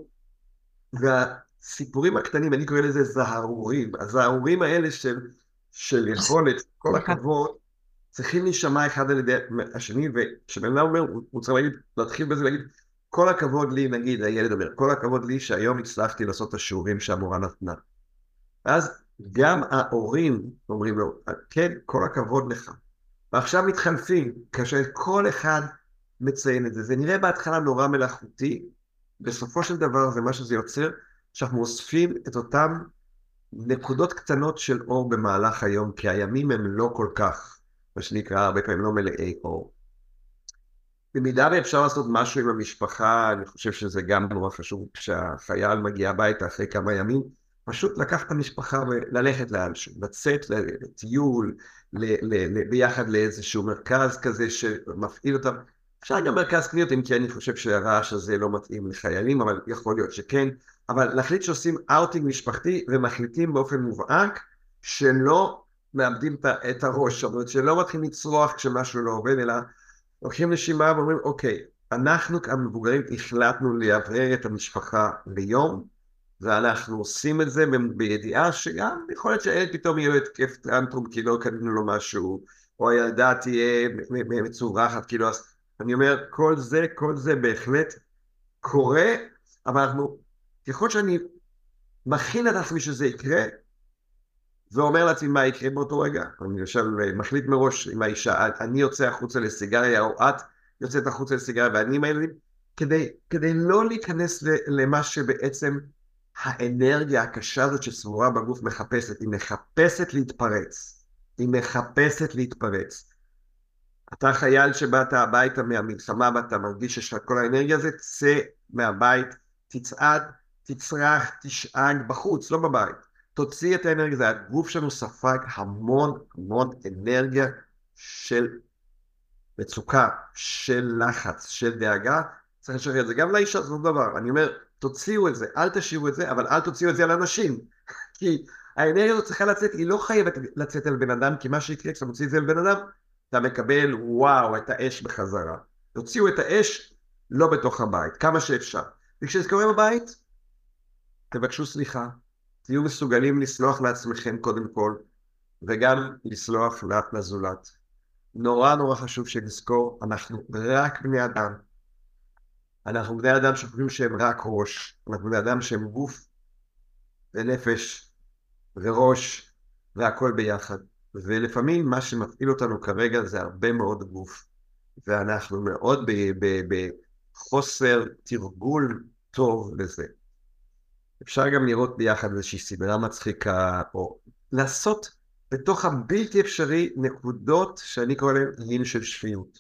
והסיפורים הקטנים, אני קורא לזה זהרורים, הזהרורים האלה של, של יכולת, כל הכבוד, צריכים להישמע אחד על ידי השני, וכשבן אומר, הוא צריך להגיד, להתחיל בזה להגיד, כל הכבוד לי, נגיד, הילד אומר, כל הכבוד לי שהיום הצלחתי לעשות את השיעורים שהמורה נתנה. ואז גם ההורים אומרים לו, כן, כל הכבוד לך. ועכשיו מתחלפים, כאשר כל אחד מציין את זה. זה נראה בהתחלה נורא מלאכותי, בסופו של דבר זה מה שזה יוצר, שאנחנו אוספים את אותם נקודות קטנות של אור במהלך היום, כי הימים הם לא כל כך, מה שנקרא, הרבה פעמים לא מלאי אור. במידה ואפשר לעשות משהו עם המשפחה, אני חושב שזה גם נורא חשוב, כשהחייל מגיע הביתה אחרי כמה ימים, פשוט לקח את המשפחה וללכת לאנשהו, לצאת לטיול, ביחד לאיזשהו מרכז כזה שמפעיל אותם. אפשר גם מרכז קניות, אם כי אני חושב שהרעש הזה לא מתאים לחיילים, אבל יכול להיות שכן. אבל להחליט שעושים אאוטינג משפחתי, ומחליטים באופן מובהק, שלא מאבדים את הראש, זאת אומרת, שלא מתחילים לצרוח כשמשהו לא עובד, אלא לוקחים נשימה ואומרים, אוקיי, אנחנו כמבוגרים החלטנו לעבר את המשפחה ליום, ואנחנו עושים את זה בידיעה שגם יכול להיות שהילד פתאום יהיה התקף טנטרום כי לא קנינו לו משהו, או הילדה תהיה מצורחת, כאילו, אז אני אומר, כל זה, כל זה בהחלט קורה, אבל אנחנו, ככל שאני מכין את עצמי שזה יקרה, ואומר לעצמי מה יקרה באותו רגע, אני למשל מחליט מראש עם האישה, אני יוצא החוצה לסיגריה, או את יוצאת החוצה לסיגריה, ואני עם הילדים, כדי, כדי לא להיכנס למה שבעצם האנרגיה הקשה הזאת שסבורה בגוף מחפשת, היא מחפשת להתפרץ, היא מחפשת להתפרץ. אתה חייל שבאת הביתה מהמלחמה ואתה מרגיש שיש לך כל האנרגיה הזאת, צא מהבית, תצעד, תצרח, תשאג בחוץ, לא בבית. תוציא את האנרגיה הזאת, הגוף שלנו ספג המון המון אנרגיה של מצוקה, של לחץ, של דאגה, צריך לשחרר את זה. גם לאישה זה דבר, אני אומר, תוציאו את זה, אל תשאירו את זה, אבל אל תוציאו את זה על אנשים. כי האנרגיה הזאת צריכה לצאת, היא לא חייבת לצאת על בן אדם, כי מה שיקרה כשאתה מוציא את זה על בן אדם, אתה מקבל וואו, את האש בחזרה. תוציאו את האש לא בתוך הבית, כמה שאפשר. וכשזה קורה בבית, תבקשו סליחה, תהיו מסוגלים לסלוח לעצמכם קודם כל, וגם לסלוח לזולת. נורא נורא חשוב שנזכור, אנחנו רק בני אדם. אנחנו בני אדם שחושבים שהם רק ראש, אנחנו בני אדם שהם גוף ונפש וראש והכל ביחד. ולפעמים מה שמפעיל אותנו כרגע זה הרבה מאוד גוף, ואנחנו מאוד בחוסר תרגול טוב לזה. אפשר גם לראות ביחד איזושהי סדרה מצחיקה, או לעשות בתוך הבלתי אפשרי נקודות שאני קורא להם איים של שפיות.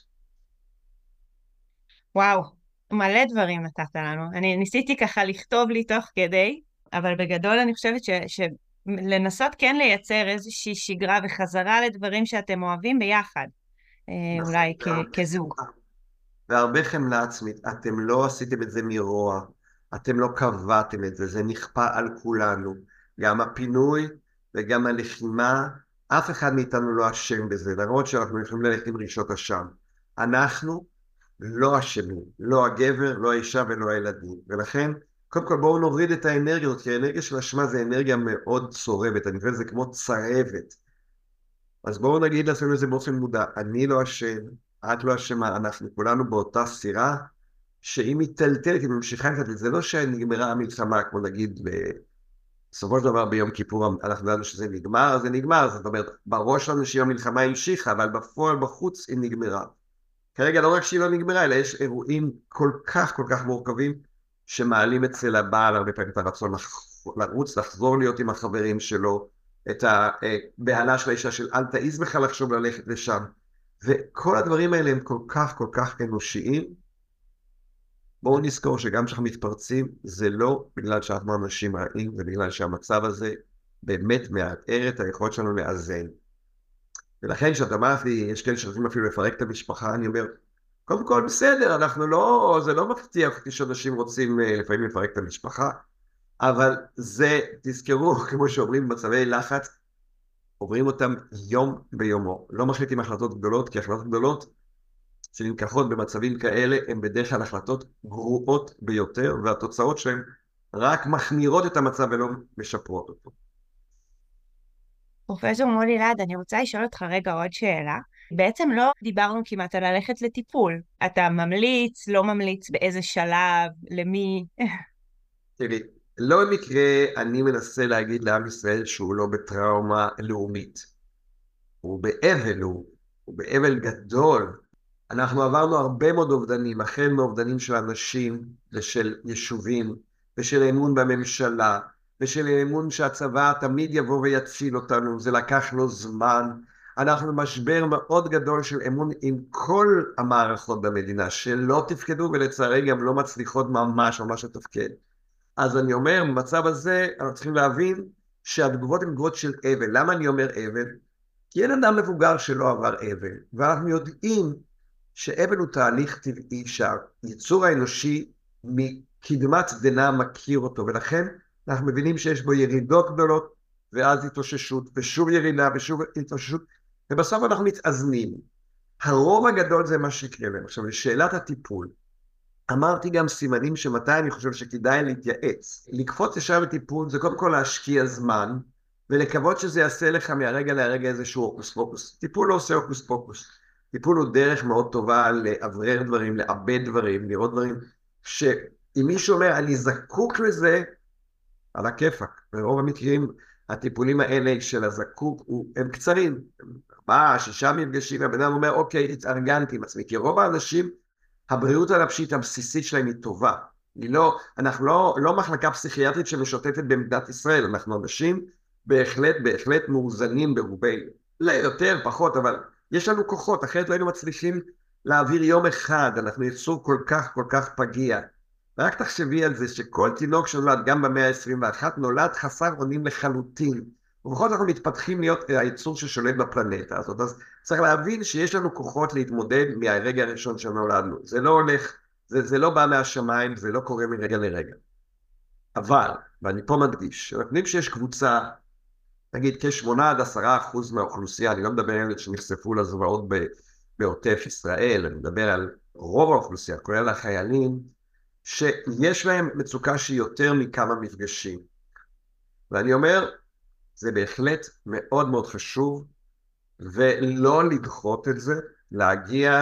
וואו, מלא דברים נתת לנו. אני ניסיתי ככה לכתוב לי תוך כדי, אבל בגדול אני חושבת ש... ש... לנסות כן לייצר איזושהי שגרה וחזרה לדברים שאתם אוהבים ביחד, אולי כזוג. והרבה חמלה עצמית, אתם לא עשיתם את זה מרוע, אתם לא קבעתם את זה, זה נכפה על כולנו, גם הפינוי וגם הלחימה, אף אחד מאיתנו לא אשם בזה, למרות שאנחנו יכולים ללכת עם רישות אשם. אנחנו לא אשמים, לא הגבר, לא האישה ולא הילדים, ולכן קודם כל בואו נוריד את האנרגיה הזאת, כי האנרגיה של אשמה זה אנרגיה מאוד צורבת, אני חושב שזה כמו צרבת. אז בואו נגיד לעצמנו את זה באופן מודע, אני לא אשם, את לא אשמה, אנחנו כולנו באותה סירה, שהיא מטלטלת, היא ממשיכה קצת, זה לא שנגמרה המלחמה, כמו נגיד, בסופו של דבר ביום כיפור, אנחנו יודעים שזה נגמר, זה נגמר, זאת אומרת, בראש שלנו שהיא המלחמה המשיכה, אבל בפועל בחוץ היא נגמרה. כרגע לא רק שהיא לא נגמרה, אלא יש אירועים כל כך כל כך מורכבים, שמעלים אצל הבעל הרבה פעמים את הרצון לרוץ, לחזור להיות עם החברים שלו, את הבעלה של האישה של אל תעיז בכלל לחשוב ללכת לשם, וכל הדברים האלה הם כל כך כל כך אנושיים. בואו נזכור שגם כשאנחנו מתפרצים, זה לא בגלל שאנחנו אנשים רעים, זה בגלל שהמצב הזה באמת מערער את היכולת שלנו לאזן. ולכן כשאתה אמרת לי, יש כאלה שרוצים אפילו לפרק את המשפחה, אני אומר, קודם כל בסדר, אנחנו לא, זה לא מפתיע כשאנשים רוצים לפעמים לפרק את המשפחה, אבל זה, תזכרו, כמו שאומרים, מצבי לחץ, עוברים אותם יום ביומו. לא מחליטים החלטות גדולות, כי החלטות גדולות שנלקחות במצבים כאלה, הן בדרך כלל החלטות גרועות ביותר, והתוצאות שהן רק מחמירות את המצב ולא משפרות אותו. פרופסור מולי להד, אני רוצה לשאול אותך רגע עוד שאלה. בעצם לא דיברנו כמעט על ללכת לטיפול. אתה ממליץ, לא ממליץ, באיזה שלב, למי? תראי, לא במקרה אני מנסה להגיד לעם ישראל שהוא לא בטראומה לאומית. הוא באבל, הוא, הוא באבל גדול. אנחנו עברנו הרבה מאוד אובדנים, החל מאובדנים של אנשים ושל יישובים, ושל אמון בממשלה, ושל אמון שהצבא תמיד יבוא ויציל אותנו, זה לקח לו זמן. אנחנו במשבר מאוד גדול של אמון עם כל המערכות במדינה, שלא תפקדו ולצערי גם לא מצליחות ממש ממש לתפקד. אז אני אומר, במצב הזה אנחנו צריכים להבין שהתגובות הן תגובות של אבל. למה אני אומר אבל? כי אין אדם מבוגר שלא עבר אבל, ואנחנו יודעים שאבל הוא תהליך טבעי שהיצור האנושי מקדמת דנא מכיר אותו, ולכן אנחנו מבינים שיש בו ירידות גדולות, ואז התאוששות, ושוב ירידה, ושוב התאוששות, ובסוף אנחנו מתאזנים. הרוב הגדול זה מה שיקרה להם. עכשיו, לשאלת הטיפול, אמרתי גם סימנים שמתי אני חושב שכדאי להתייעץ. לקפוץ ישר לטיפול זה קודם כל להשקיע זמן, ולקוות שזה יעשה לך מהרגע להרגע איזשהו אוקוס פוקוס. טיפול לא עושה אוקוס פוקוס. טיפול הוא דרך מאוד טובה לעברר דברים, לעבד דברים, לראות דברים, שאם מישהו אומר, אני זקוק לזה, על הכיפק. ברוב המקרים, הטיפולים האלה של הזקוק, הם קצרים. ארבעה, שישה מפגשים, הבן אדם אומר, אוקיי, התארגנתי עם עצמי. כי רוב האנשים, הבריאות הנפשית הבסיסית שלהם היא טובה. היא לא, אנחנו לא, לא מחלקה פסיכיאטרית שמשוטטת במדינת ישראל, אנחנו אנשים בהחלט, בהחלט מאוזנים ברובנו. לא יותר, פחות, אבל יש לנו כוחות, אחרת לא היינו מצליחים להעביר יום אחד, אנחנו יצור כל כך, כל כך פגיע. ורק תחשבי על זה שכל תינוק שנולד גם במאה ה-עשרים ואחת נולד חסר אונים לחלוטין. ובכל זאת אנחנו מתפתחים להיות היצור ששולט בפלנטה הזאת. אז צריך להבין שיש לנו כוחות להתמודד מהרגע הראשון שנולדנו. זה לא הולך, זה, זה לא בא מהשמיים, זה לא קורה מרגע לרגע. אבל, ואני פה מדגיש, אנחנו יודעים שיש קבוצה, נגיד כשמונה עד עשרה אחוז מהאוכלוסייה, אני לא מדבר על אלה שנחשפו לזוועות בעוטף ישראל, אני מדבר על רוב האוכלוסייה, כולל החיילים, שיש להם מצוקה שהיא יותר מכמה מפגשים. ואני אומר, זה בהחלט מאוד מאוד חשוב, ולא לדחות את זה, להגיע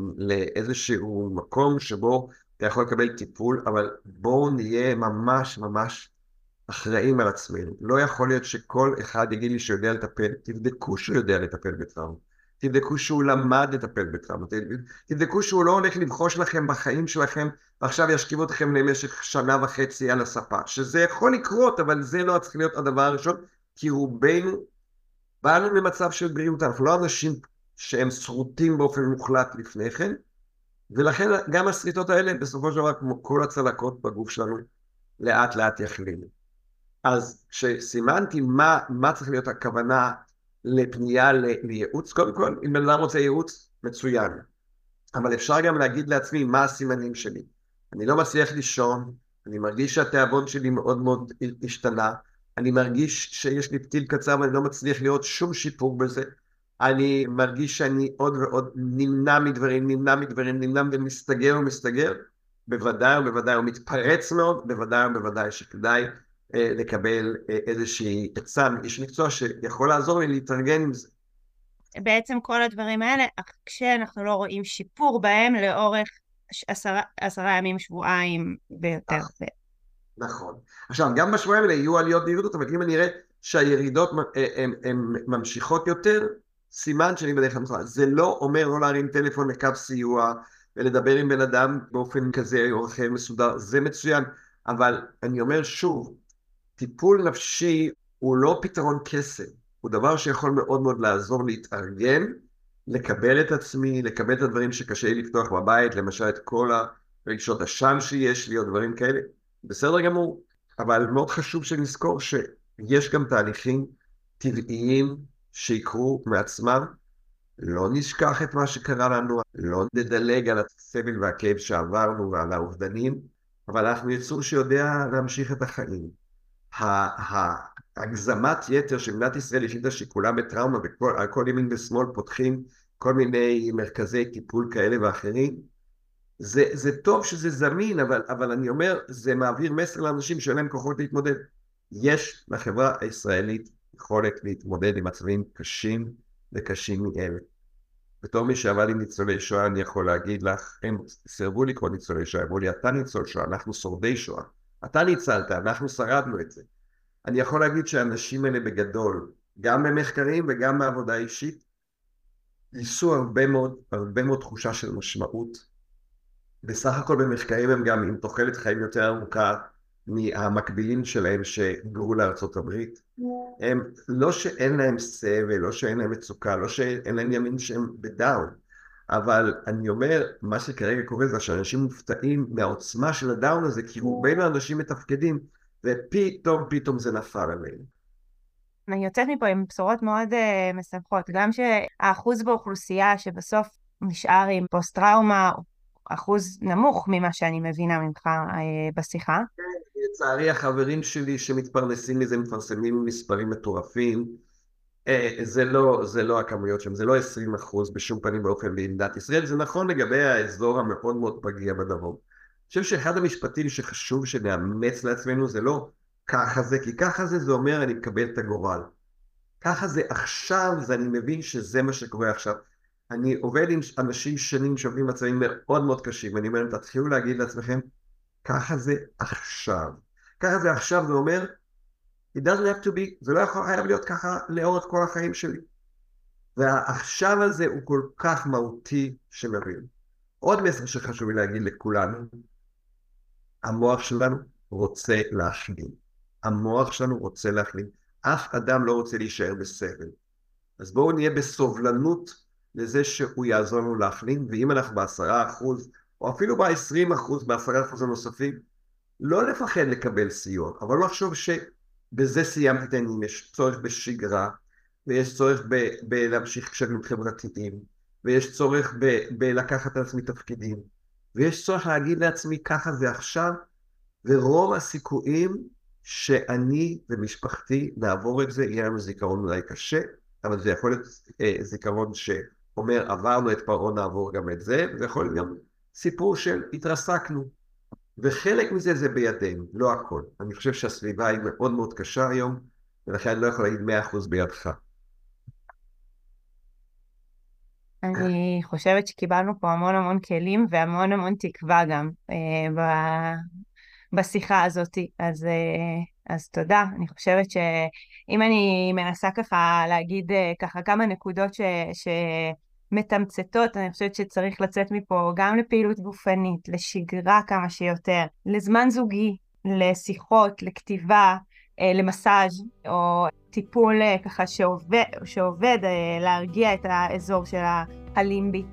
לאיזשהו מקום שבו אתה יכול לקבל טיפול, אבל בואו נהיה ממש ממש אחראים על עצמנו. לא יכול להיות שכל אחד יגיד לי שיודע לטפל, תבדקו שהוא יודע לטפל בטראומה. תבדקו שהוא למד לטפל בטראומה. תבדקו שהוא לא הולך לבחוש לכם בחיים שלכם, ועכשיו ישכיב אתכם למשך שנה וחצי על הספה. שזה יכול לקרות, אבל זה לא צריך להיות הדבר הראשון, כי רובנו באנו למצב של בריאות. אנחנו לא אנשים שהם שרוטים באופן מוחלט לפני כן, ולכן גם הסריטות האלה, בסופו של דבר, כמו כל הצלקות בגוף שלנו, לאט לאט יחלימו. אז כשסימנתי מה, מה צריך להיות הכוונה לפנייה לייעוץ, קודם כל, אם בן אדם רוצה ייעוץ, מצוין. אבל אפשר גם להגיד לעצמי מה הסימנים שלי. אני לא מצליח לישון, אני מרגיש שהתיאבון שלי מאוד מאוד השתנה, אני מרגיש שיש לי פתיל קצר ואני לא מצליח לראות שום שיפור בזה, אני מרגיש שאני עוד ועוד נמנע מדברים, נמנע מדברים, נמנע ומסתגר ומסתגר, בוודאי ובוודאי, הוא מתפרץ מאוד, בוודאי ובוודאי שכדאי אה, לקבל אה, איזושהי עצה מאיש מקצוע שיכול לעזור לי להתארגן עם זה. בעצם כל הדברים האלה, כשאנחנו לא רואים שיפור בהם לאורך עשרה, עשרה ימים, שבועיים ביותר. נכון. עכשיו, גם בשבועיים האלה יהיו עליות וירידות, אבל אם אני אראה שהירידות הן ממשיכות יותר, סימן שאני בדרך כלל מוכן. זה לא אומר לא להרים טלפון לקו סיוע, ולדבר עם בן אדם באופן כזה או אחר מסודר, זה מצוין. אבל אני אומר שוב, טיפול נפשי הוא לא פתרון קסם, הוא דבר שיכול מאוד מאוד לעזור להתארגן, לקבל את עצמי, לקבל את הדברים שקשה לי לפתוח בבית, למשל את כל הרגשות אשם שיש לי או דברים כאלה. בסדר גמור, אבל מאוד חשוב שנזכור שיש גם תהליכים טבעיים שיקרו מעצמם, לא נשכח את מה שקרה לנו, לא נדלג על הסבל והכאב שעברנו ועל האובדנים, אבל אנחנו יצור שיודע להמשיך את החיים. ההגזמת יתר שמדינת ישראל החליטה שכולה בטראומה, ועל כל ימין ושמאל פותחים כל מיני מרכזי טיפול כאלה ואחרים, זה, זה טוב שזה זמין, אבל, אבל אני אומר, זה מעביר מסר לאנשים שאין להם כוחות להתמודד. יש לחברה הישראלית יכולת להתמודד עם מצבים קשים וקשים מאלה. בתור מי שעבד עם ניצולי שואה, אני יכול להגיד לך, הם סירבו לקרוא ניצולי שואה, אמרו לי, אתה ניצול שואה, אנחנו שורדי שואה. אתה ניצלת, אנחנו שרדנו את זה. אני יכול להגיד שהאנשים האלה בגדול, גם במחקרים וגם בעבודה אישית, ניסו הרבה מאוד, הרבה מאוד תחושה של משמעות. בסך הכל במחקרים הם גם עם תוחלת חיים יותר ארוכה מהמקבילים שלהם שגרו לארצות הברית. הם לא שאין להם סבל, לא שאין להם מצוקה, לא שאין להם ימים שהם בדאון. אבל אני אומר, מה שכרגע קורה זה שאנשים מופתעים מהעוצמה של הדאון הזה, כי רובין האנשים מתפקדים, ופתאום פתאום זה נפל עליהם. אני יוצאת מפה עם בשורות מאוד uh, משמחות, גם שהאחוז באוכלוסייה שבסוף נשאר עם פוסט-טראומה, אחוז נמוך ממה שאני מבינה ממך uh, בשיחה. לצערי החברים שלי שמתפרנסים מזה מפרסמים מספרים מטורפים, זה לא, זה לא הכמויות שם, זה לא עשרים אחוז בשום פנים באופן במדינת ישראל, זה נכון לגבי האזור המאוד מאוד פגיע בדרום. חושב שאחד המשפטים שחשוב שנאמץ לעצמנו זה לא ככה זה, כי ככה זה, זה אומר אני מקבל את הגורל. ככה זה עכשיו, ואני מבין שזה מה שקורה עכשיו. אני עובד עם אנשים שנים שעובדים מצבים מאוד מאוד קשים, ואני אומר להם, תתחילו להגיד לעצמכם, ככה זה עכשיו. ככה זה עכשיו, זה אומר, it doesn't have to be, זה לא יכול חייב להיות ככה לאורך כל החיים שלי. והעכשיו הזה הוא כל כך מהותי שמבין. עוד מסר שחשוב לי להגיד לכולנו, המוח שלנו רוצה להחלים. המוח שלנו רוצה להחלים. אף אדם לא רוצה להישאר בסבל. אז בואו נהיה בסובלנות לזה שהוא יעזור לנו להחלים, ואם אנחנו בעשרה אחוז, או אפילו בעשרים אחוז, בעשרה אחוז הנוספים, לא לפחד לקבל סיוע, אבל לא לחשוב שבזה סיימתי את העניינים, יש צורך בשגרה, ויש צורך ב- בלהמשיך קשרים חברתיים, ויש צורך ב- בלקחת על עצמי תפקידים, ויש צורך להגיד לעצמי ככה זה עכשיו, ורוב הסיכויים שאני ומשפחתי נעבור את זה, יהיה לנו זיכרון אולי קשה, אבל זה יכול להיות אה, זיכרון שאומר עברנו את פרעה נעבור גם את זה, וזה יכול להיות גם סיפור של התרסקנו, וחלק מזה זה בידינו, לא הכל. אני חושב שהסביבה היא מאוד מאוד קשה היום, ולכן אני לא יכול להגיד מאה אחוז בידך. אני חושבת שקיבלנו פה המון המון כלים והמון המון תקווה גם אה, ב- בשיחה הזאת, אז, אה, אז תודה. אני חושבת שאם אני מנסה ככה להגיד אה, ככה כמה נקודות ש, שמתמצתות, אני חושבת שצריך לצאת מפה גם לפעילות גופנית, לשגרה כמה שיותר, לזמן זוגי, לשיחות, לכתיבה, אה, למסאז' או טיפול אה, ככה שעובד, שעובד אה, להרגיע את האזור של הלימבי.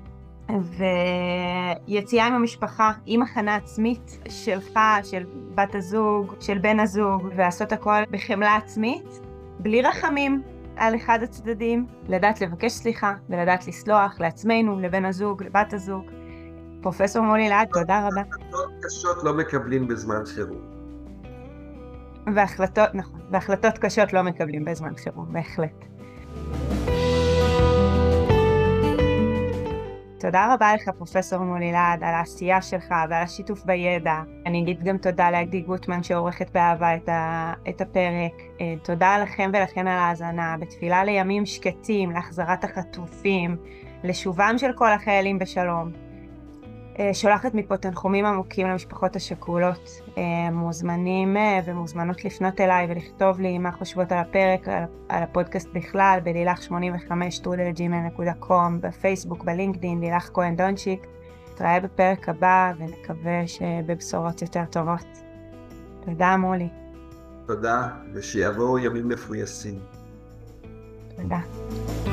ויציאה עם המשפחה, עם הכנה עצמית שלך, של בת הזוג, של בן הזוג, ועשות הכל בחמלה עצמית, בלי רחמים על אחד הצדדים, לדעת לבקש סליחה, ולדעת לסלוח לעצמנו, לבן הזוג, לבת הזוג. פרופסור מולי להד, תודה רבה. החלטות קשות לא מקבלים בזמן חירום. והחלטות, נכון, והחלטות קשות לא מקבלים בזמן חירום, בהחלט. תודה רבה לך פרופסור מולי להד על העשייה שלך ועל השיתוף בידע. אני אגיד גם תודה לעדי גוטמן שעורכת באהבה את, ה, את הפרק. תודה לכם ולכן על ההאזנה, בתפילה לימים שקטים, להחזרת החטופים, לשובם של כל החיילים בשלום. שולחת מפה תנחומים עמוקים למשפחות השכולות. מוזמנים ומוזמנות לפנות אליי ולכתוב לי מה חושבות על הפרק, על, על הפודקאסט בכלל, בלילך שמונים וחמש שטרודל ג'ימייל נקודה קום, בפייסבוק, בלינקדין, לילך כהן דונצ'יק. נתראה בפרק הבא ונקווה שבבשורות יותר טובות. תודה מולי. תודה, ושיבואו ימים מפויסים. תודה.